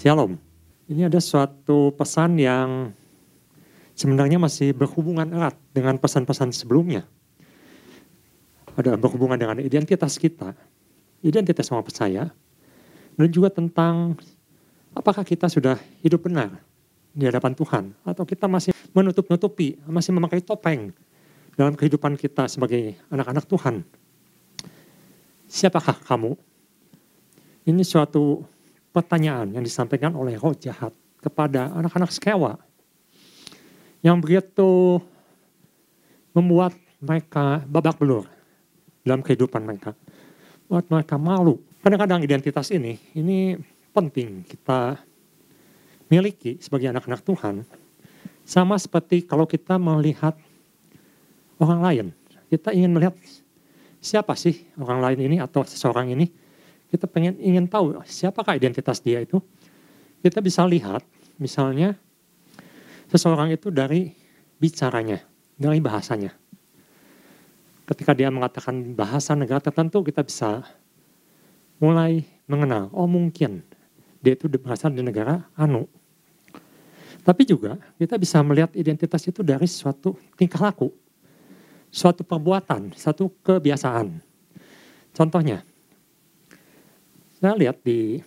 Shalom. Ini ada suatu pesan yang sebenarnya masih berhubungan erat dengan pesan-pesan sebelumnya. Ada berhubungan dengan identitas kita, identitas orang percaya, dan juga tentang apakah kita sudah hidup benar di hadapan Tuhan, atau kita masih menutup-nutupi, masih memakai topeng dalam kehidupan kita sebagai anak-anak Tuhan. Siapakah kamu? Ini suatu pertanyaan yang disampaikan oleh roh jahat kepada anak-anak Skewa yang begitu membuat mereka babak belur dalam kehidupan mereka, buat mereka malu. Kadang-kadang identitas ini penting kita miliki sebagai anak-anak Tuhan, sama seperti kalau kita melihat orang lain, kita ingin melihat siapa sih orang lain ini atau seseorang ini. Kita ingin tahu siapakah identitas dia itu. Kita bisa lihat misalnya seseorang itu dari bicaranya, dari bahasanya. Ketika dia mengatakan bahasa negara tertentu, kita bisa mulai mengenal, oh mungkin dia itu berasal dari negara anu. Tapi juga kita bisa melihat identitas itu dari suatu tingkah laku, suatu perbuatan, suatu kebiasaan. Contohnya, saya lihat di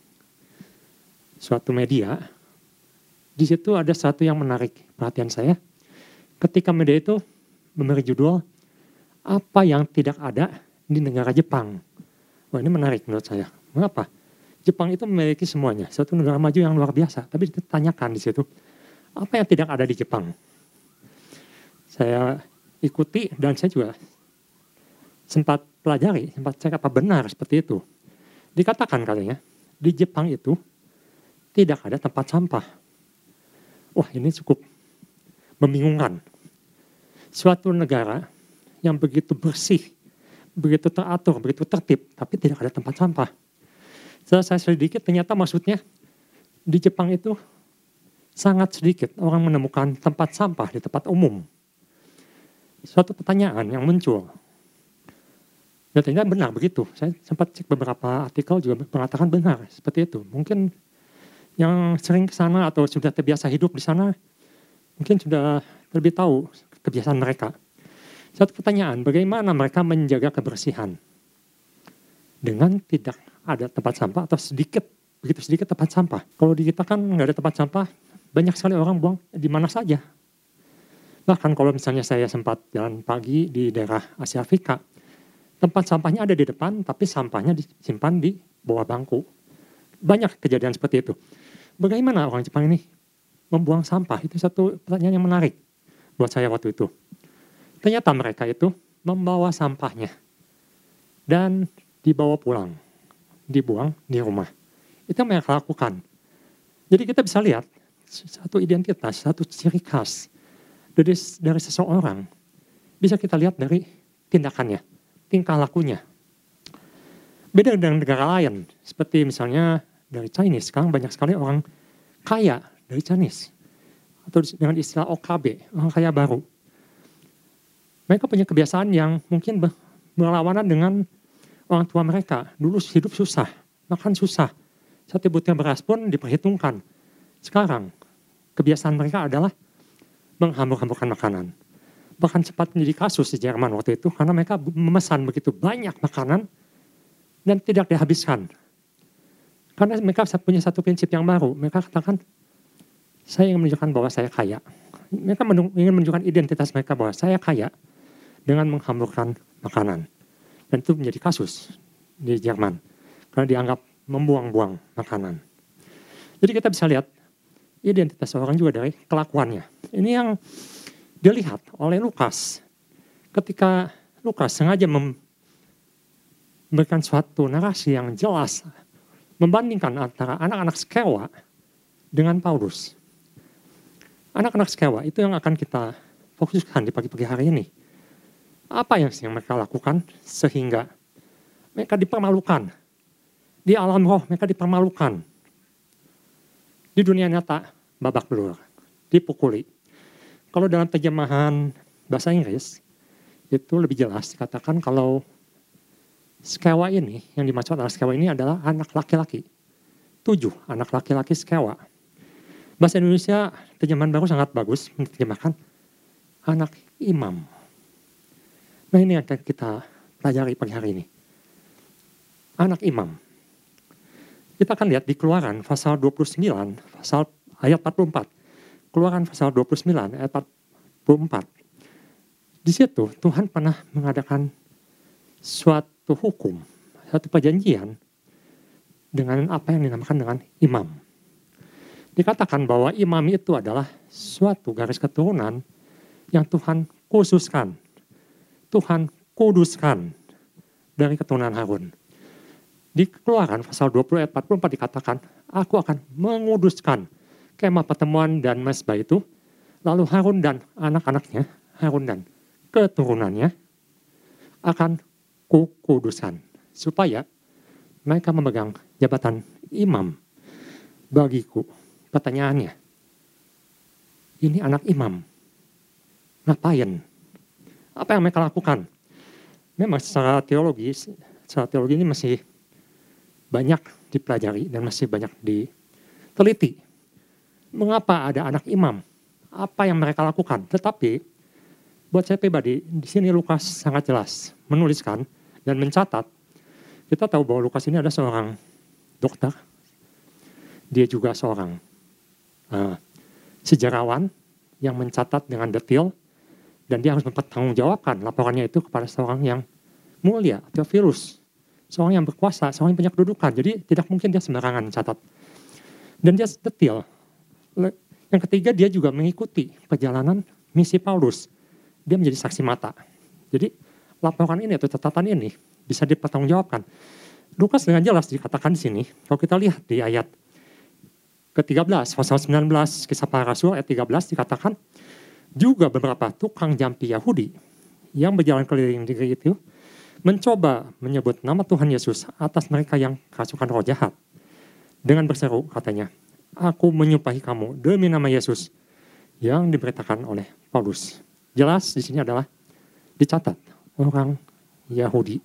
suatu media, di situ ada sesuatu yang menarik perhatian saya. Ketika media itu memberi judul, apa yang tidak ada di negara Jepang. Wah, ini menarik menurut saya. Mengapa? Jepang itu memiliki semuanya, suatu negara maju yang luar biasa. Tapi ditanyakan di situ, apa yang tidak ada di Jepang? Saya ikuti dan saya juga sempat pelajari, sempat cek apa benar seperti itu. Dikatakan katanya, di Jepang itu tidak ada tempat sampah. Wah, ini cukup membingungkan. Suatu negara yang begitu bersih, begitu teratur, begitu tertib, tapi tidak ada tempat sampah. Setelah saya sedikit, ternyata maksudnya di Jepang itu sangat sedikit orang menemukan tempat sampah di tempat umum. Suatu pertanyaan yang muncul. Dan ternyata benar begitu. Saya sempat cek beberapa artikel juga mengatakan benar seperti itu. Mungkin yang sering ke sana atau sudah terbiasa hidup di sana, mungkin sudah lebih tahu kebiasaan mereka. Satu pertanyaan, bagaimana mereka menjaga kebersihan? Dengan tidak ada tempat sampah atau begitu sedikit tempat sampah. Kalau di kita kan nggak ada tempat sampah, banyak sekali orang buang di mana saja. Bahkan kalau misalnya saya sempat jalan pagi di daerah Asia Afrika, tempat sampahnya ada di depan, tapi sampahnya disimpan di bawah bangku. Banyak kejadian seperti itu. Bagaimana orang Jepang ini membuang sampah? Itu satu pertanyaan yang menarik buat saya waktu itu. Ternyata mereka itu membawa sampahnya dan dibawa pulang, dibuang di rumah. Itu yang mereka lakukan. Jadi kita bisa lihat satu identitas, satu ciri khas dari seseorang. Bisa kita lihat dari tindakannya, tingkah lakunya. Beda dengan negara lain, seperti misalnya dari Chinese. Sekarang banyak sekali orang kaya dari Chinese. Atau dengan istilah OKB, orang kaya baru. Mereka punya kebiasaan yang mungkin berlawanan dengan orang tua mereka. Dulu hidup susah, makan susah. Satu butir beras pun diperhitungkan. Sekarang, kebiasaan mereka adalah menghambur-hamburkan makanan. Bahkan sempat menjadi kasus di Jerman waktu itu karena mereka memesan begitu banyak makanan dan tidak dihabiskan. Karena mereka punya satu prinsip yang baru. Mereka katakan, saya ingin menunjukkan bahwa saya kaya. Mereka ingin menunjukkan identitas mereka bahwa saya kaya dengan menghamburkan makanan. Dan itu menjadi kasus di Jerman. Karena dianggap membuang-buang makanan. Jadi kita bisa lihat identitas orang juga dari kelakuannya. Ini yang dilihat oleh Lukas ketika Lukas sengaja memberikan suatu narasi yang jelas membandingkan antara anak-anak Skewa dengan Paulus. Anak-anak Skewa itu yang akan kita fokuskan di pagi-pagi hari ini. Apa yang mereka lakukan sehingga mereka dipermalukan. Di alam roh mereka dipermalukan. Di dunia nyata babak belur, dipukuli. Kalau dalam terjemahan bahasa Inggris, itu lebih jelas dikatakan kalau Skewa ini, yang dimaksud adalah Skewa ini adalah anak laki-laki. 7, anak laki-laki sekewa. Bahasa Indonesia terjemahan baru sangat bagus menerjemahkan anak imam. Nah ini yang akan kita pelajari pagi hari ini. Anak imam. Kita akan lihat di Keluaran pasal 29, pasal ayat 44. Keluaran pasal 29 ayat 44. Di situ Tuhan pernah mengadakan suatu hukum, suatu perjanjian dengan apa yang dinamakan dengan imam. Dikatakan bahwa imam itu adalah suatu garis keturunan yang Tuhan khususkan, Tuhan kuduskan dari keturunan Harun. Di Keluaran pasal 20 ayat 44 dikatakan, aku akan menguduskan kemah pertemuan dan mezbah itu, lalu Harun dan anak-anaknya, Harun dan keturunannya akan kukuduskan, supaya mereka memegang jabatan imam bagiku. Pertanyaannya, ini anak imam, ngapain? Apa yang mereka lakukan? Memang secara teologi ini masih banyak dipelajari dan masih banyak diteliti. Mengapa ada anak imam? Apa yang mereka lakukan? Tetapi buat saya pribadi, di sini Lukas sangat jelas menuliskan dan mencatat. Kita tahu bahwa Lukas ini ada seorang dokter. Dia juga seorang sejarawan yang mencatat dengan detail, dan dia harus mempertanggungjawabkan laporannya itu kepada seorang yang mulia, Theophilus, seorang yang berkuasa, seorang yang punya kedudukan. Jadi tidak mungkin dia sembarangan mencatat. Dan dia detail. Yang ketiga, dia juga mengikuti perjalanan misi Paulus. Dia menjadi saksi mata. Jadi laporan ini atau catatan ini bisa dipertanggungjawabkan. Lukas dengan jelas dikatakan di sini, kalau kita lihat di ayat ke-13, pasal 19, Kisah Para Rasul ayat 13 dikatakan, juga beberapa tukang jampi Yahudi yang berjalan keliling negeri itu mencoba menyebut nama Tuhan Yesus atas mereka yang kerasukan roh jahat. Dengan berseru katanya, aku menyumpahi kamu demi nama Yesus yang diberitakan oleh Paulus. Jelas di sini adalah dicatat orang Yahudi.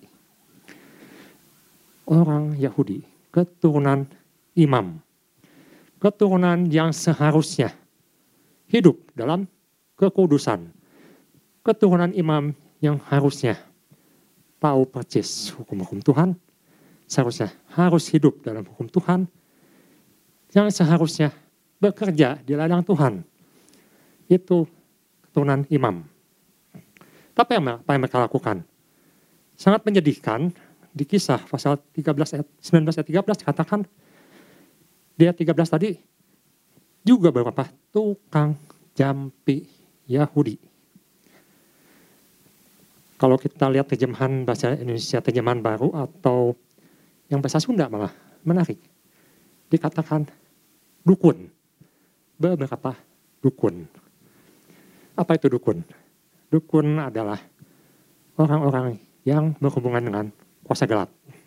Orang Yahudi, keturunan imam. Keturunan yang seharusnya hidup dalam kekudusan. Keturunan imam yang harusnya tahu persis hukum-hukum Tuhan, seharusnya harus hidup dalam hukum Tuhan, yang seharusnya bekerja di ladang Tuhan. Itu keturunan imam. Tapi apa yang mereka lakukan? Sangat menyedihkan. Di Kisah pasal 13 ayat 19 ayat 13 dikatakan, di ayat 13 tadi, juga beberapa tukang jampi Yahudi. Kalau kita lihat terjemahan bahasa Indonesia, terjemahan baru atau yang bahasa Sunda malah menarik. Dikatakan dukun. Beberapa dukun. Apa itu dukun? Dukun adalah orang-orang yang berhubungan dengan kuasa gelap.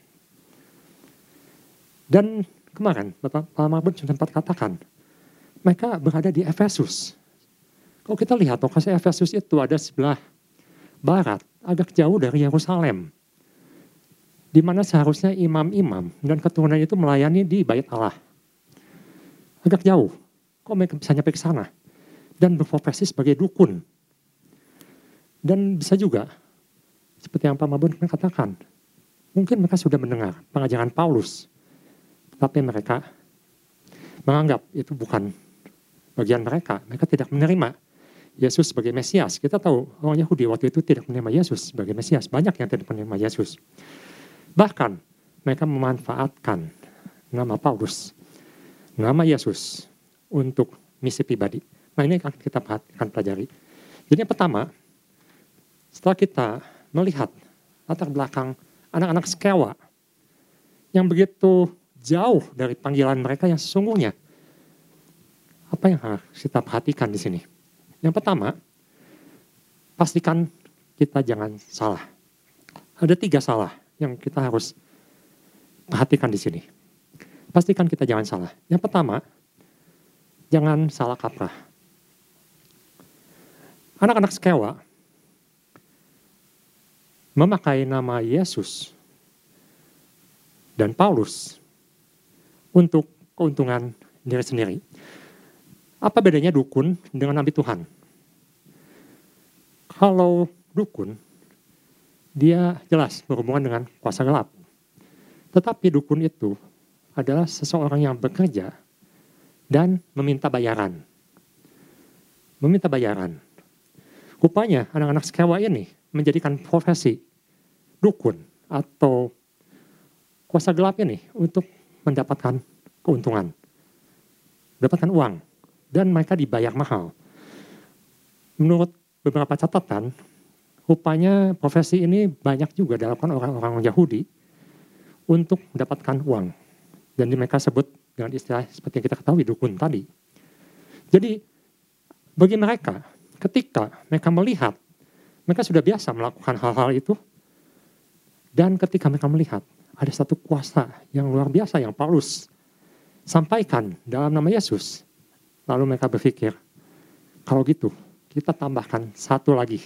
Dan kemarin Bapak Marbun sempat katakan, mereka berada di Efesus. Kalau kita lihat lokasi Efesus itu ada sebelah barat, agak jauh dari Yerusalem. Di mana seharusnya imam-imam dan keturunan itu melayani di Bait Allah. Agak jauh. Kok mereka bisa nyampe ke sana? Dan berprofesi sebagai dukun. Dan bisa juga, seperti yang Pak Marbun katakan, mungkin mereka sudah mendengar pengajaran Paulus, tapi mereka menganggap itu bukan bagian mereka. Mereka tidak menerima Yesus sebagai Mesias. Kita tahu orang Yahudi waktu itu tidak menerima Yesus sebagai Mesias. Banyak yang tidak menerima Yesus. Bahkan mereka memanfaatkan nama Paulus, nama Yesus untuk misi pribadi. Nah ini akan kita akan pelajari. Jadi yang pertama, setelah kita melihat latar belakang anak-anak sekewa yang begitu jauh dari panggilan mereka yang sesungguhnya, apa yang harus kita perhatikan di sini? Yang pertama, pastikan kita jangan salah. Ada 3 salah yang kita harus perhatikan di sini. Pastikan kita jangan salah. Yang pertama, jangan salah kaprah. Anak-anak sekewa memakai nama Yesus dan Paulus untuk keuntungan diri sendiri. Apa bedanya dukun dengan nabi Tuhan? Kalau dukun, dia jelas berhubungan dengan kuasa gelap. Tetapi dukun itu adalah seseorang yang bekerja dan meminta bayaran. Meminta bayaran. Rupanya anak-anak sekewa ini menjadikan profesi dukun atau kuasa gelap ini untuk mendapatkan keuntungan, mendapatkan uang, dan mereka dibayar mahal. Menurut beberapa catatan, rupanya profesi ini banyak juga dilakukan orang-orang Yahudi untuk mendapatkan uang. Dan mereka sebut dengan istilah seperti yang kita ketahui, dukun tadi. Jadi bagi mereka, ketika mereka melihat, mereka sudah biasa melakukan hal-hal itu. Dan ketika mereka melihat, ada satu kuasa yang luar biasa yang Paulus sampaikan dalam nama Yesus. Lalu mereka berpikir, kalau gitu kita tambahkan satu lagi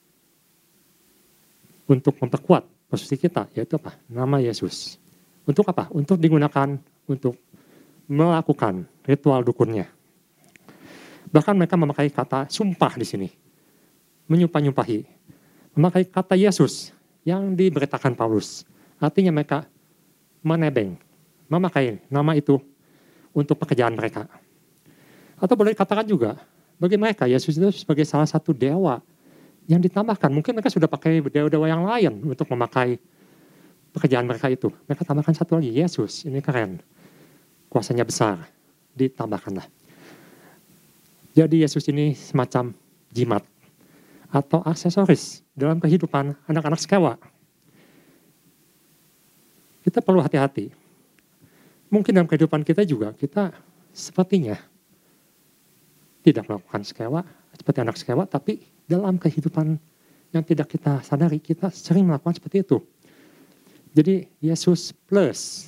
untuk memperkuat posisi kita, yaitu apa? Nama Yesus. Untuk apa? Untuk digunakan untuk melakukan ritual dukunnya. Bahkan mereka memakai kata sumpah di sini. Menyumpah-nyumpahi. Memakai kata Yesus yang diberitakan Paulus. Artinya mereka menebeng, memakai nama itu untuk pekerjaan mereka. Atau boleh dikatakan juga, bagi mereka Yesus itu sebagai salah satu dewa yang ditambahkan. Mungkin mereka sudah pakai dewa-dewa yang lain untuk memakai pekerjaan mereka itu. Mereka tambahkan satu lagi, Yesus, ini keren. Kuasanya besar, ditambahkanlah. Jadi Yesus ini semacam jimat atau aksesoris dalam kehidupan anak-anak sekewa. Kita perlu hati-hati. Mungkin dalam kehidupan kita juga, kita sepertinya tidak melakukan sekewa, seperti anak sekewa, tapi dalam kehidupan yang tidak kita sadari, kita sering melakukan seperti itu. Jadi Yesus plus.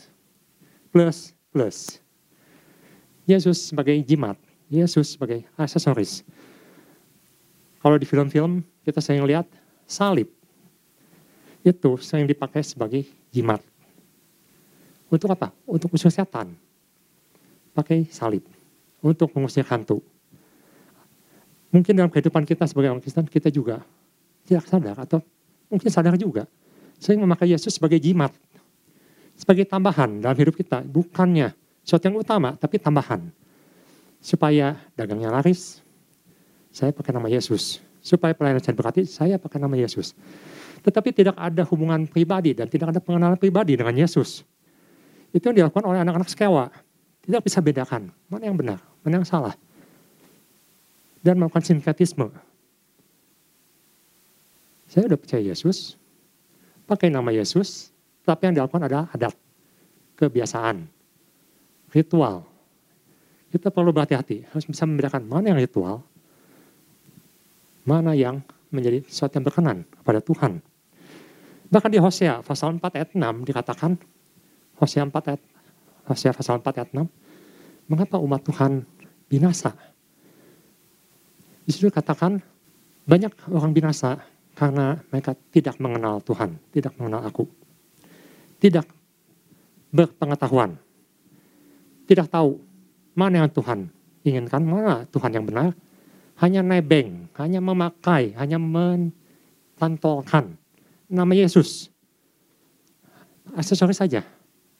Yesus sebagai jimat, Yesus sebagai aksesoris. Kalau di film-film kita sering lihat salib. Itu sering dipakai sebagai jimat. Untuk apa? Untuk usir setan. Pakai salib. Untuk mengusir hantu. Mungkin dalam kehidupan kita sebagai orang Kristen, kita juga tidak sadar atau mungkin sadar juga. Sering memakai Yesus sebagai jimat. Sebagai tambahan dalam hidup kita. Bukannya sesuatu yang utama, tapi tambahan. Supaya dagangnya laris, saya pakai nama Yesus. Supaya pelayanan saya berarti, saya pakai nama Yesus. Tetapi tidak ada hubungan pribadi dan tidak ada pengenalan pribadi dengan Yesus. Itu yang dilakukan oleh anak-anak sekewa. Tidak bisa bedakan mana yang benar, mana yang salah. Dan melakukan sinkretisme. Saya sudah percaya Yesus, pakai nama Yesus, tapi yang dilakukan adalah adat, kebiasaan, ritual. Kita perlu berhati-hati, harus bisa membedakan mana yang ritual, mana yang menjadi sesuatu yang berkenan kepada Tuhan. Bahkan di Hosea pasal 4 ayat 6 dikatakan, Hosea pasal 4 ayat 6, mengapa umat Tuhan binasa? Di situ dikatakan banyak orang binasa karena mereka tidak mengenal Tuhan, tidak mengenal aku. Tidak berpengetahuan, tidak tahu mana yang Tuhan inginkan, mana Tuhan yang benar, hanya nebeng, hanya memakai, hanya mentantolkan nama Yesus. Aksesoris saja.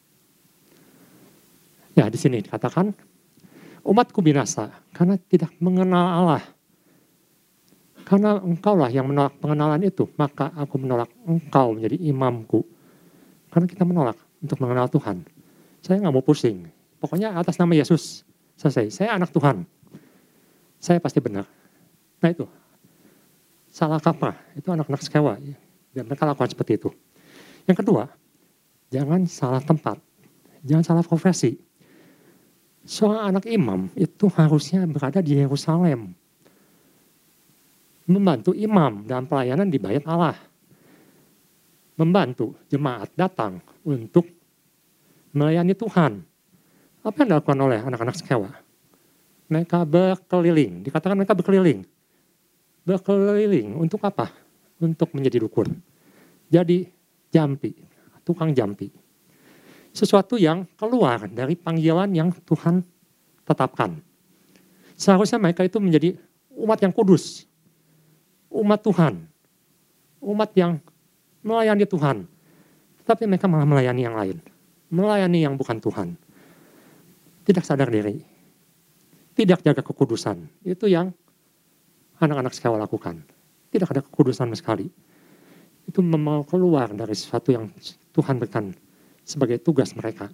Ya, di sini dikatakan, umatku binasa karena tidak mengenal Allah. Karena engkaulah yang menolak pengenalan itu, maka aku menolak engkau menjadi imamku. Karena kita menolak untuk mengenal Tuhan. Saya nggak mau pusing. Pokoknya atas nama Yesus, selesai. Saya anak Tuhan. Saya pasti benar. Nah itu, salah kaprah. Itu anak-anak sekewa. Dan mereka lakukan seperti itu. Yang kedua, jangan salah tempat. Jangan salah profesi. Seorang anak imam itu harusnya berada di Yerusalem. Membantu imam dalam pelayanan dibayar Allah. Membantu jemaat datang untuk melayani Tuhan. Apa yang dilakukan oleh anak-anak sekewa? Mereka berkeliling. Dikatakan mereka berkeliling. Berkeliling untuk apa? Untuk menjadi dukun. Jadi jampi, tukang jampi. sesuatu yang keluar dari panggilan yang Tuhan tetapkan. Seharusnya mereka itu menjadi umat yang kudus, umat Tuhan, umat yang melayani Tuhan. Tapi mereka malah melayani yang lain, melayani yang bukan Tuhan. Tidak sadar diri, tidak jaga kekudusan. Itu yang anak-anak Skewa lakukan. Tidak ada kekudusan sama sekali. Itu mau keluar dari sesuatu yang Tuhan berikan sebagai tugas mereka.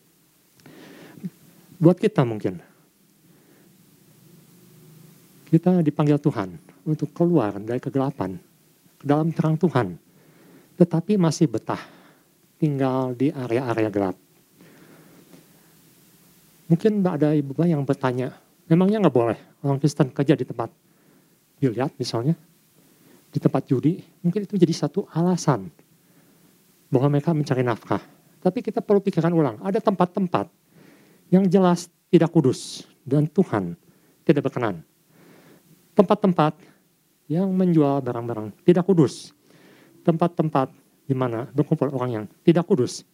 Buat kita mungkin, kita dipanggil Tuhan untuk keluar dari kegelapan, ke dalam terang Tuhan. Tetapi masih betah tinggal di area-area gelap. Mungkin ada ibu yang bertanya, memangnya nggak boleh orang Kristen kerja di tempat biliar misalnya, di tempat judi? Mungkin itu jadi satu alasan bahwa mereka mencari nafkah. Tapi kita perlu pikirkan ulang, ada tempat-tempat yang jelas tidak kudus dan Tuhan tidak berkenan. Tempat-tempat yang menjual barang-barang tidak kudus. Tempat-tempat di mana berkumpul orang yang tidak kudus.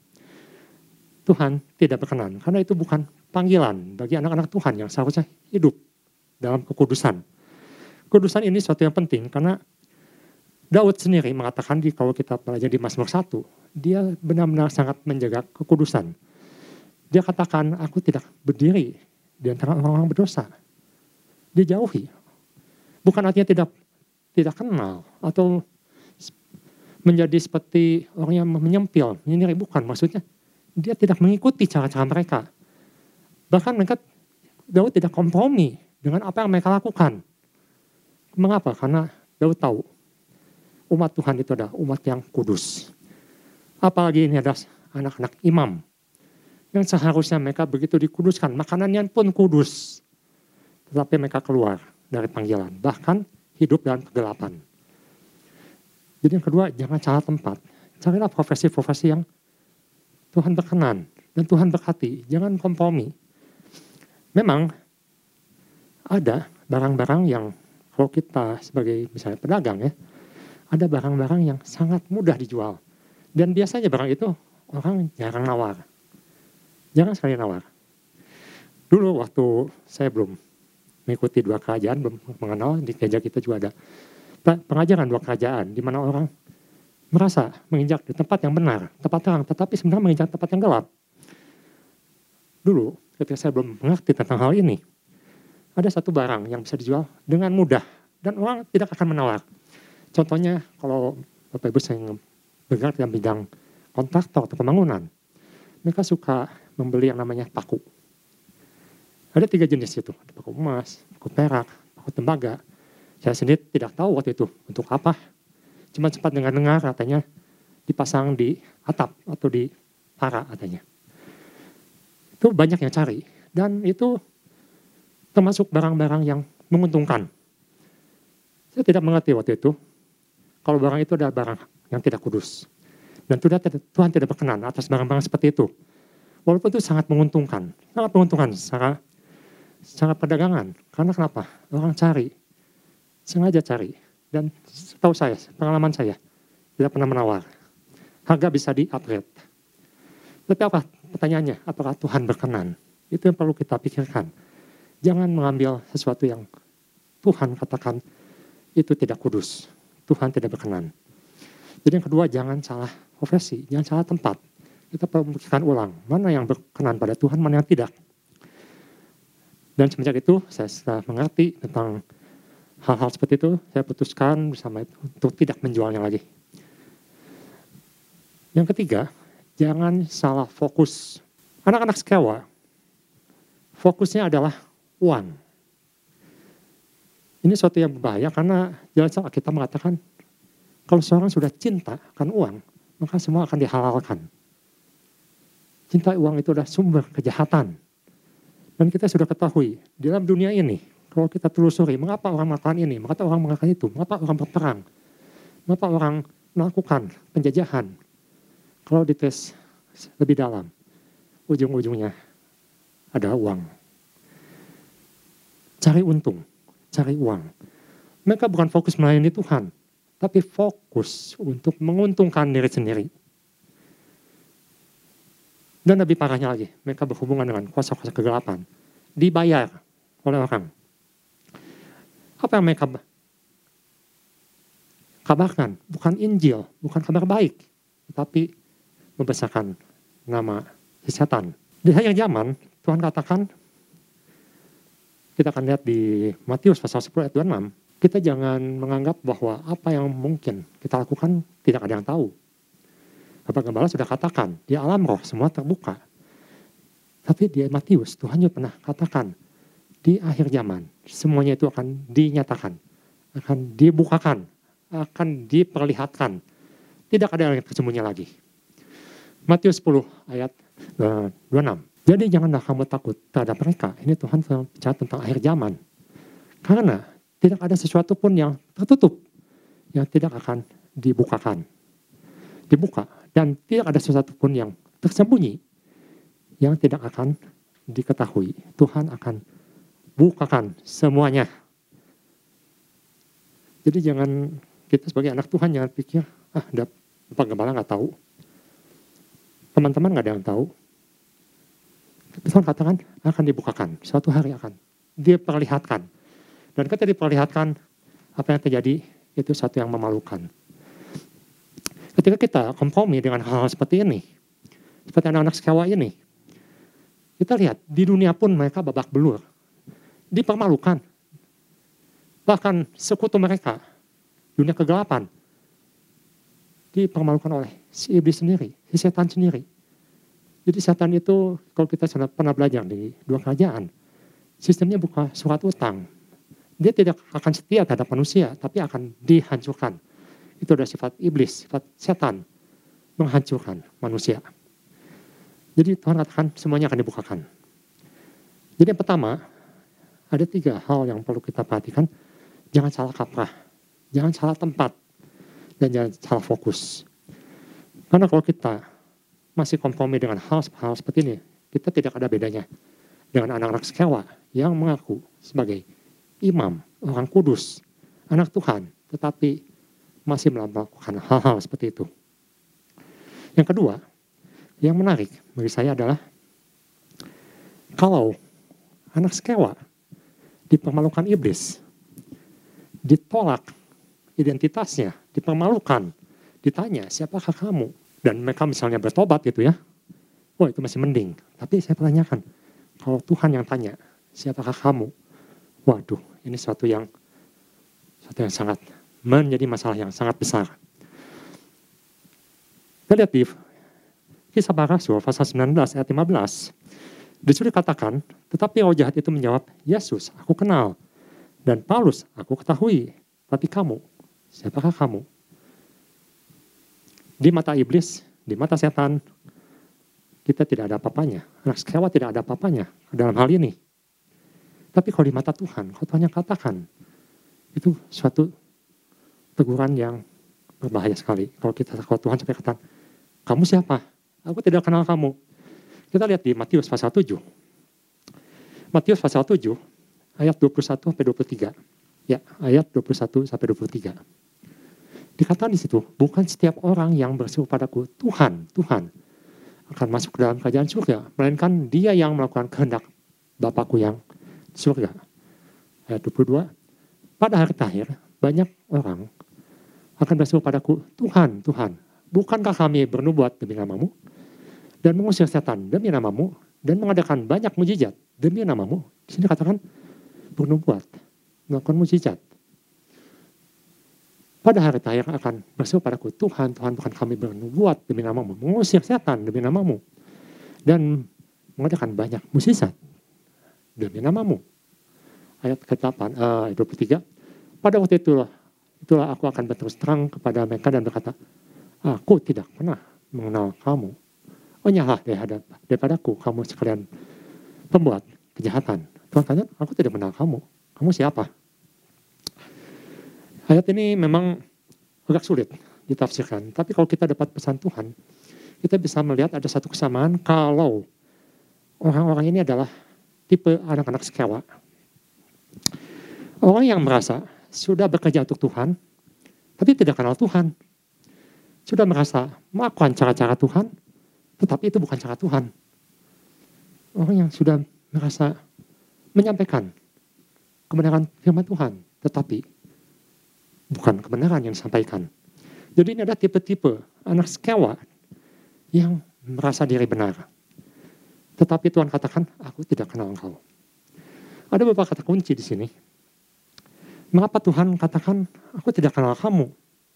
Tuhan tidak berkenan, karena itu bukan panggilan bagi anak-anak Tuhan yang seharusnya hidup dalam kekudusan. Kekudusan ini suatu yang penting, karena Daud sendiri mengatakan kalau kita pelajari di Mazmur 1, dia benar-benar sangat menjaga kekudusan. Dia katakan, aku tidak berdiri di antara orang-orang berdosa. Dia jauhi. Bukan artinya tidak kenal atau menjadi seperti orang yang menyempil, menyendiri, bukan. Maksudnya dia tidak mengikuti cara-cara mereka. Bahkan Daud tidak kompromi dengan apa yang mereka lakukan. Mengapa? Karena Daud tahu umat Tuhan itu adalah umat yang kudus. Apalagi ini adalah anak-anak imam yang seharusnya mereka begitu dikuduskan, makanannya pun kudus. Tetapi mereka keluar dari panggilan, bahkan hidup dalam kegelapan. Jadi yang kedua, jangan salah tempat. Carilah profesi-profesi yang Tuhan berkenan dan Tuhan berkati. Jangan kompromi. Memang ada barang-barang yang kalau kita sebagai misalnya pedagang ya, ada barang-barang yang sangat mudah dijual. Dan biasanya barang itu orang jarang nawar. Jarang sekali nawar. Dulu waktu saya belum mengikuti dua kerajaan, belum mengenal, di gereja kita juga ada pengajaran dua kerajaan, di mana orang merasa menginjak di tempat yang benar, tempat terang, tetapi sebenarnya menginjak tempat yang gelap. Dulu, ketika saya belum mengerti tentang hal ini, ada satu barang yang bisa dijual dengan mudah, dan orang tidak akan menawar. Contohnya, kalau Bapak Ibu sering bergerak dalam bidang kontraktor atau pembangunan, mereka suka membeli yang namanya paku. Ada 3 jenis itu, ada paku emas, paku perak, paku tembaga. Saya sendiri tidak tahu waktu itu untuk apa. Cuma sempat dengar-dengar katanya dipasang di atap atau di para katanya. Itu banyak yang cari. Dan itu termasuk barang-barang yang menguntungkan. Saya tidak mengerti waktu itu. Kalau barang itu adalah barang yang tidak kudus. Dan Tuhan tidak berkenan atas barang-barang seperti itu. Walaupun itu sangat menguntungkan. Sangat menguntungkan secara perdagangan. Karena kenapa? Orang cari. Sengaja cari. Dan setahu saya, pengalaman saya, tidak pernah menawar. Harga bisa di-upgrade. Tapi apa pertanyaannya? Apakah Tuhan berkenan? Itu yang perlu kita pikirkan. Jangan mengambil sesuatu yang Tuhan katakan itu tidak kudus. Tuhan tidak berkenan. Jadi yang kedua, jangan salah profesi, jangan salah tempat. Kita perlu memikirkan ulang, mana yang berkenan pada Tuhan, mana yang tidak. Dan semenjak itu, saya setelah mengerti tentang hal-hal seperti itu, saya putuskan bersama itu untuk tidak menjualnya lagi. Yang ketiga, jangan salah fokus. Anak-anak Skewa, fokusnya adalah uang. Ini suatu yang berbahaya karena jelas kita mengatakan kalau seorang sudah cinta akan uang, maka semua akan dihalalkan. Cinta uang itu adalah sumber kejahatan. Dan kita sudah ketahui, di dalam dunia ini, kalau kita telusuri, mengapa orang melakukan ini, mengapa orang melakukan itu, mengapa orang berperang, mengapa orang melakukan penjajahan. Kalau dites lebih dalam, ujung-ujungnya adalah uang. Cari untung, cari uang. Mereka bukan fokus melayani Tuhan, tapi fokus untuk menguntungkan diri sendiri. Dan lebih parahnya lagi, mereka berhubungan dengan kuasa-kuasa kegelapan. Dibayar oleh orang. Apa yang mereka kabarkan? Bukan Injil, bukan kabar baik. Tetapi membesarkan nama setan. Di akhir zaman, Tuhan katakan, kita akan lihat di Matius pasal 10 ayat 26, kita jangan menganggap bahwa apa yang mungkin kita lakukan tidak ada yang tahu. Bapak Gembala sudah katakan, di alam roh semua terbuka. Tapi di Matius, Tuhan juga pernah katakan, di akhir zaman, semuanya itu akan dinyatakan, akan dibukakan, akan diperlihatkan. Tidak ada yang tersembunyi lagi. Matius 10 ayat 26. Jadi janganlah kamu takut terhadap mereka. Ini Tuhan bicara tentang akhir zaman. Karena tidak ada sesuatu pun yang tertutup, yang tidak akan dibukakan. Dibuka. Dan tidak ada sesuatu pun yang tersembunyi, yang tidak akan diketahui. Tuhan akan bukakan semuanya. Jadi jangan, kita sebagai anak Tuhan jangan pikir, Bapak Gembala nggak tahu. Teman-teman nggak ada yang tahu. Tuhan katakan akan dibukakan, suatu hari akan diperlihatkan. Dan ketika diperlihatkan, apa yang terjadi itu satu yang memalukan. Ketika kita kompromi dengan hal-hal seperti ini, seperti anak-anak sekewa ini, kita lihat di dunia pun mereka babak belur, dipermalukan. Bahkan sekutu mereka, dunia kegelapan, dipermalukan oleh si iblis sendiri, si setan sendiri. Jadi setan itu, kalau kita sudah pernah belajar di 2 Kerajaan, sistemnya bukan surat utang. Dia tidak akan setia terhadap manusia, tapi akan dihancurkan. Itu adalah sifat iblis, sifat setan, menghancurkan manusia. Jadi Tuhan katakan semuanya akan dibukakan. Jadi yang pertama, ada 3 hal yang perlu kita perhatikan. Jangan salah kaprah, jangan salah tempat, dan jangan salah fokus. Karena kalau kita masih kompromi dengan hal seperti ini, kita tidak ada bedanya dengan anak-anak sekewa yang mengaku sebagai imam, orang kudus, anak Tuhan, tetapi masih melakukan hal-hal seperti itu. Yang kedua, yang menarik bagi saya adalah kalau anak sekewa dipermalukan iblis, ditolak identitasnya, dipermalukan, ditanya siapakah kamu? Dan mereka misalnya bertobat gitu ya, itu masih mending. Tapi saya pertanyakan, kalau Tuhan yang tanya, siapakah kamu? Waduh, ini suatu yang sangat menjadi masalah yang sangat besar. Kita lihat di Kisah Para Rasul pasal 19 ayat 15. Disitu dikatakan, tetapi roh jahat itu menjawab, Yesus, aku kenal. Dan Paulus, aku ketahui. Tapi kamu, siapakah kamu? Di mata iblis, di mata setan, kita tidak ada apa-apanya. Anak sekewa tidak ada apa-apanya dalam hal ini. Tapi kalau di mata Tuhan, kalau Tuhan yang katakan, itu suatu teguran yang berbahaya sekali. Kalau Tuhan sampai katakan, kamu siapa? Aku tidak kenal kamu. Kita lihat di Matius pasal 7. Matius pasal 7, ayat 21-23. Ya, ayat 21-23. Dikatakan di situ, bukan setiap orang yang berseru padaku, Tuhan, Tuhan, akan masuk ke dalam kerajaan surga. Melainkan dia yang melakukan kehendak Bapakku yang surga. Ayat 22, pada hari terakhir, banyak orang akan berseru padaku, Tuhan, Tuhan, bukankah kami bernubuat demi namamu? Dan mengusir setan demi namamu, dan mengadakan banyak mujizat demi namamu. Di sini katakan, bernubuat, melakukan mujizat. Pada hari terakhir akan berseru padaku, Tuhan, Tuhan, bukan kami bernubuat demi namamu, mengusir setan demi namamu, dan mengadakan banyak mukjizat demi namamu. Ayat ke-8, ayat 23. Pada waktu itulah aku akan berterus terang kepada mereka dan berkata, aku tidak pernah mengenal kamu. Nyahlah daripadaku, kamu sekalian pembuat kejahatan. Tuhan kata, aku tidak mengenal kamu. Kamu siapa? Ayat ini memang agak sulit ditafsirkan. Tapi kalau kita dapat pesan Tuhan, kita bisa melihat ada satu kesamaan kalau orang-orang ini adalah tipe anak-anak sekewa. Orang yang merasa sudah bekerja untuk Tuhan, tapi tidak kenal Tuhan. Sudah merasa melakukan cara-cara Tuhan, Tetapi itu bukan cara Tuhan. Orang yang sudah merasa menyampaikan kebenaran firman Tuhan, tetapi bukan kebenaran yang disampaikan. Jadi ini ada tipe-tipe anak sekewa yang merasa diri benar. Tetapi Tuhan katakan, aku tidak kenal engkau. Ada beberapa kata kunci di sini. Mengapa Tuhan katakan, aku tidak kenal kamu?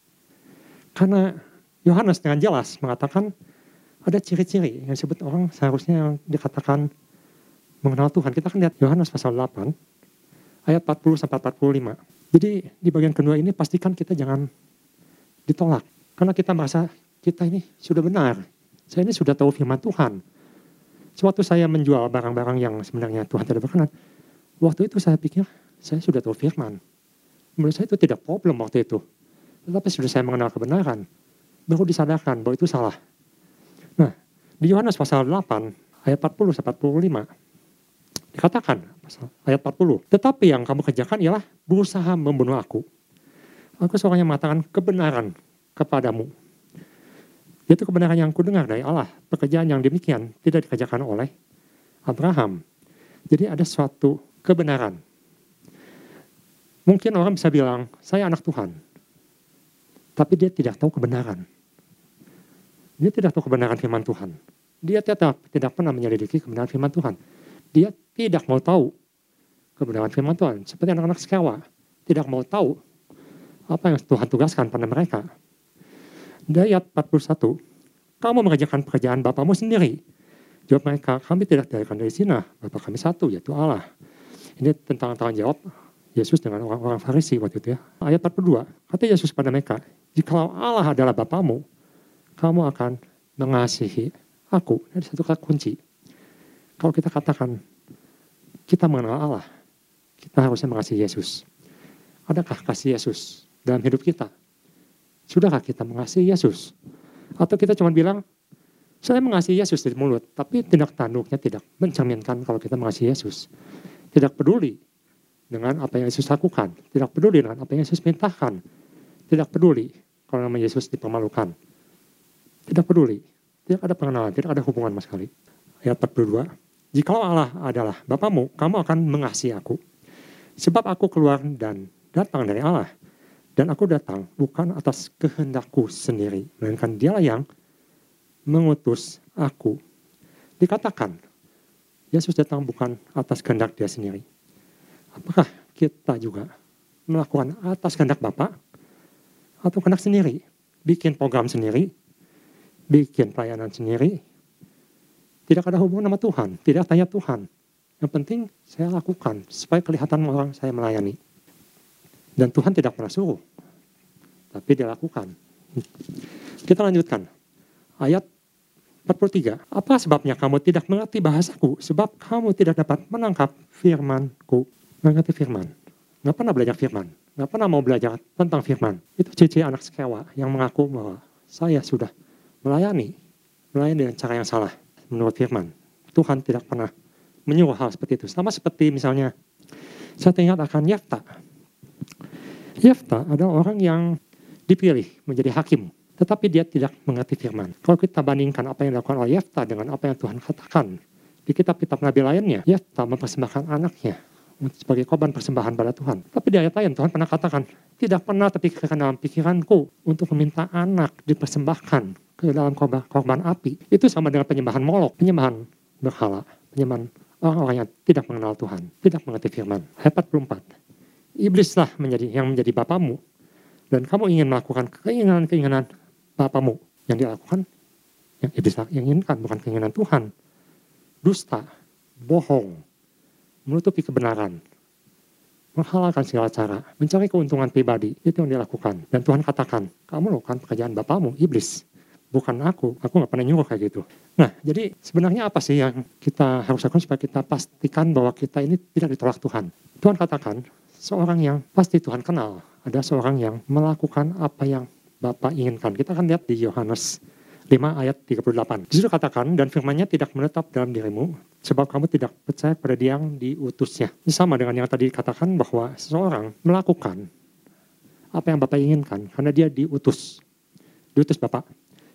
Karena Yohanes dengan jelas mengatakan, ada ciri-ciri yang disebut orang seharusnya yang dikatakan mengenal Tuhan. Kita akan lihat Yohanes pasal 8, ayat 40-45. Jadi di bagian kedua ini pastikan kita jangan ditolak. Karena kita merasa kita ini sudah benar. Saya ini sudah tahu firman Tuhan. Sewaktu saya menjual barang-barang yang sebenarnya Tuhan tidak berkenan, waktu itu saya pikir saya sudah tahu firman. Menurut saya itu tidak problem waktu itu. Tetapi sudah saya mengenal kebenaran, baru disadarkan bahwa itu salah. Nah, di Yohanes pasal 8, ayat 40-45, dikatakan, ayat 40, tetapi yang kamu kerjakan ialah berusaha membunuh aku. Aku seorang yang mengatakan kebenaran kepadamu. Itu kebenaran yang kudengar dari Allah. Pekerjaan yang demikian tidak dikerjakan oleh Abraham. Jadi ada suatu kebenaran. Mungkin orang bisa bilang, saya anak Tuhan. Tapi dia tidak tahu kebenaran. Dia tidak tahu kebenaran firman Tuhan. Dia tidak pernah menyelidiki kebenaran firman Tuhan. Dia tidak mau tahu kebenaran firman Tuhan. Seperti anak-anak sekewa. Tidak mau tahu apa yang Tuhan tugaskan pada mereka. Dari ayat 41, kamu mengerjakan pekerjaan Bapamu sendiri. Jawab mereka, kami tidak dilahirkan dari zina. Bapa kami satu, yaitu Allah. Ini tentang tanggung jawab Yesus dengan orang-orang Farisi waktu itu ya. Ayat 42, kata Yesus pada mereka, jikalau Allah adalah Bapamu, kamu akan mengasihi aku. Ini satu kata kunci. Kalau kita katakan, kita mengenal Allah, kita harusnya mengasihi Yesus. Adakah kasih Yesus dalam hidup kita? Sudahkah kita mengasihi Yesus? Atau kita cuma bilang, saya mengasihi Yesus di mulut, tapi tindak tanduknya tidak mencerminkan kalau kita mengasihi Yesus. Tidak peduli dengan apa yang Yesus lakukan. Tidak peduli dengan apa yang Yesus mintakan. Tidak peduli kalau nama Yesus dipermalukan. Tidak peduli. Tidak ada pengenalan, tidak ada hubungan sama sekali. Ayat 42. Jikalau Allah adalah Bapamu, kamu akan mengasihi aku. Sebab aku keluar dan datang dari Allah. Dan aku datang bukan atas kehendakku sendiri. Melainkan dialah yang mengutus aku. Dikatakan, Yesus datang bukan atas kehendak dia sendiri. Apakah kita juga melakukan atas kehendak Bapa atau kehendak sendiri? Bikin program sendiri, bikin pelayanan sendiri. Tidak ada hubungan sama Tuhan, tidak tanya Tuhan. Yang penting saya lakukan supaya kelihatan orang saya melayani. Dan Tuhan tidak pernah suruh, tapi dia lakukan. Kita lanjutkan. Ayat 43. Apa sebabnya kamu tidak mengerti bahasaku? Sebab kamu tidak dapat menangkap firmanku. Mengerti firman. Nggak pernah belajar firman. Nggak pernah mau belajar tentang firman. Itu ciri anak sekewa yang mengaku bahwa saya sudah melayani dengan cara yang salah menurut firman. Tuhan tidak pernah menyuruh hal seperti itu. Sama seperti misalnya, saya teringat akan Yefta. Yefta adalah orang yang dipilih menjadi hakim. Tetapi dia tidak mengerti firman. Kalau kita bandingkan apa yang dilakukan oleh Yefta dengan apa yang Tuhan katakan di kitab-kitab Nabi lainnya, Yefta mempersembahkan anaknya sebagai korban persembahan pada Tuhan. Tapi di ayat lain Tuhan pernah katakan, tidak pernah terpikirkan dalam pikiranku untuk meminta anak dipersembahkan ke dalam korban api. Itu sama dengan penyembahan Molok, penyembahan berhala, penyembahan orang-orang yang tidak mengenal Tuhan, tidak mengerti firman. Ayat 44. Iblislah yang menjadi bapamu, dan kamu ingin melakukan keinginan-keinginan bapamu. Yang dia lakukan, yang iblis yang inginkan, bukan keinginan Tuhan. Dusta, bohong, menutupi kebenaran, menghalalkan segala cara, mencari keuntungan pribadi, itu yang dia lakukan. Dan Tuhan katakan, kamu lakukan pekerjaan bapamu, iblis, bukan aku nggak pernah nyuruh kayak gitu. Nah, jadi sebenarnya apa sih yang kita harus lakukan supaya kita pastikan bahwa kita ini tidak ditolak Tuhan? Tuhan katakan, seorang yang pasti Tuhan kenal, ada seorang yang melakukan apa yang Bapa inginkan. Kita akan lihat di Yohanes 5 ayat 38. Di situ katakan, dan firman-Nya tidak menetap dalam dirimu, sebab kamu tidak percaya pada dia yang diutusnya. Ini sama dengan yang tadi dikatakan bahwa seseorang melakukan apa yang Bapa inginkan, karena dia diutus Bapa.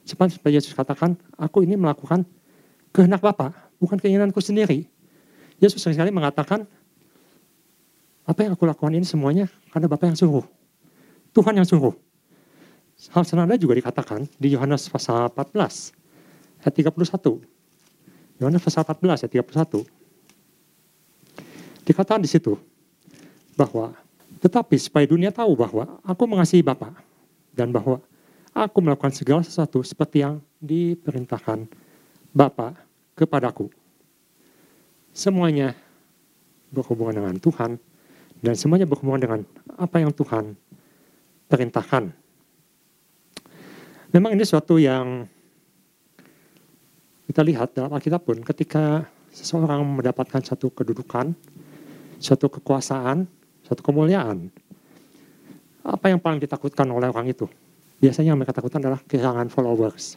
Supaya Yesus katakan, aku ini melakukan kehendak Bapa, bukan keinginanku sendiri. Yesus seringkali mengatakan, apa yang aku lakukan ini semuanya karena Bapa yang suruh. Tuhan yang suruh. Hal senada juga dikatakan di Yohanes pasal 14, ayat 31. Yohanes pasal 14, ayat 31. Dikatakan di situ, bahwa tetapi supaya dunia tahu bahwa aku mengasihi Bapa, dan bahwa aku melakukan segala sesuatu seperti yang diperintahkan Bapa kepadaku. Semuanya berhubungan dengan Tuhan, dan semuanya berhubungan dengan apa yang Tuhan perintahkan. Memang ini suatu yang kita lihat dalam Alkitab pun, ketika seseorang mendapatkan satu kedudukan, suatu kekuasaan, suatu kemuliaan, apa yang paling ditakutkan oleh orang itu? Biasanya yang mereka takutkan adalah kehilangan followers.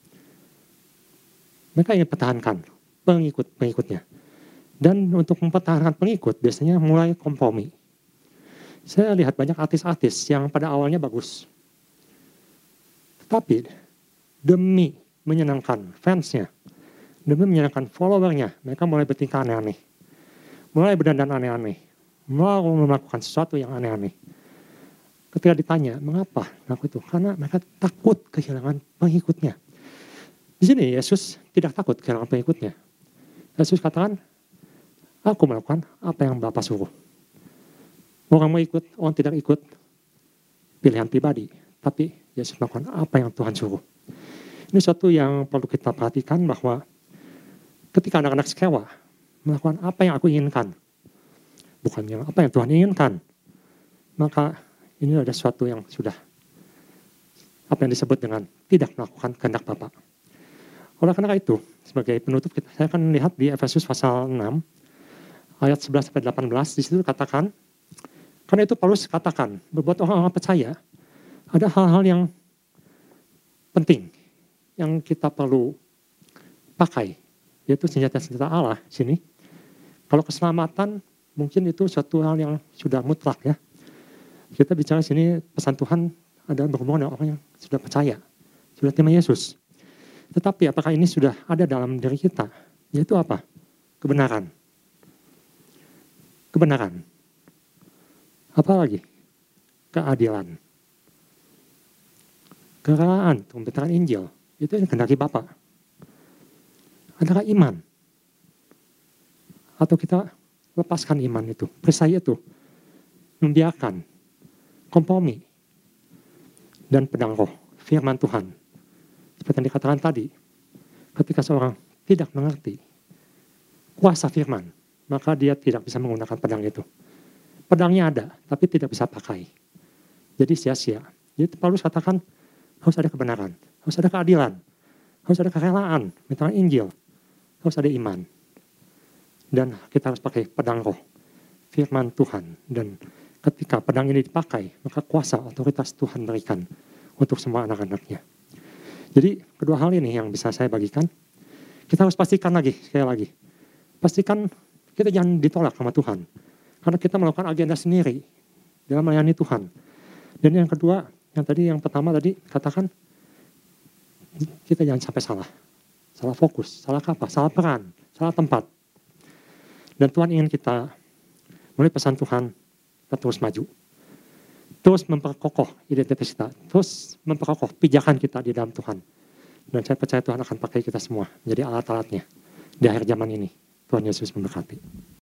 Mereka ingin pertahankan pengikut-pengikutnya. Dan untuk mempertahankan pengikut, biasanya mulai kompromi. Saya lihat banyak artis-artis yang pada awalnya bagus. Tetapi demi menyenangkan fansnya, demi menyenangkan followernya, mereka mulai bertingkah aneh-aneh. Mulai berdandan aneh-aneh. Mulai melakukan sesuatu yang aneh-aneh. Ketika ditanya, mengapa laku itu? Karena mereka takut kehilangan pengikutnya. Di sini Yesus tidak takut kehilangan pengikutnya. Yesus katakan, aku melakukan apa yang Bapa suruh. Orang mau ikut, orang tidak ikut, pilihan pribadi. Tapi Yesus melakukan apa yang Tuhan suruh. Ini suatu yang perlu kita perhatikan, bahwa ketika anak-anak sekewa melakukan apa yang aku inginkan, bukan yang apa yang Tuhan inginkan, maka ini ada sesuatu yang sudah, apa yang disebut dengan tidak melakukan kehendak Bapa. Oleh karena itu, sebagai penutup, saya akan lihat di Efesus pasal 6, ayat 11-18, di situ katakan, karena itu Paulus katakan, berbuat orang-orang percaya, ada hal-hal yang penting, yang kita perlu pakai, yaitu senjata-senjata Allah sini. Kalau keselamatan, mungkin itu suatu hal yang sudah mutlak ya. Kita bicara sini, pesan Tuhan adalah berhubungan dengan orang yang sudah percaya, sudah terima Yesus. Tetapi apakah ini sudah ada dalam diri kita? Yaitu apa? Kebenaran. Kebenaran. Apa lagi? Keadilan. Kerelaan untuk memberitakan Injil. Itu yang kehendaki Bapa. Adakah iman? Atau kita lepaskan iman itu, percaya itu, membiarkan kompromi dan pedang roh, firman Tuhan. Seperti yang dikatakan tadi, ketika seorang tidak mengerti kuasa firman, maka dia tidak bisa menggunakan pedang itu. Pedangnya ada, tapi tidak bisa pakai. Jadi sia-sia. Jadi Paulus katakan, harus ada kebenaran, harus ada keadilan, harus ada kerelaan, tentang Injil, harus ada iman. Dan kita harus pakai pedang roh, firman Tuhan. Dan ketika pedang ini dipakai, maka kuasa otoritas Tuhan berikan untuk semua anak-anaknya. Jadi kedua hal ini yang bisa saya bagikan. Kita harus pastikan lagi, sekali lagi. Pastikan kita jangan ditolak sama Tuhan. Karena kita melakukan agenda sendiri dalam melayani Tuhan. Dan yang kedua, yang pertama tadi katakan, kita jangan sampai salah. Salah fokus, salah kapan, salah peran, salah tempat. Dan Tuhan ingin kita, melalui pesan Tuhan, kita terus maju. Terus memperkokoh identitas kita. Terus memperkokoh pijakan kita di dalam Tuhan. Dan saya percaya Tuhan akan pakai kita semua menjadi alat-alatnya di akhir zaman ini. Tuhan Yesus memberkati.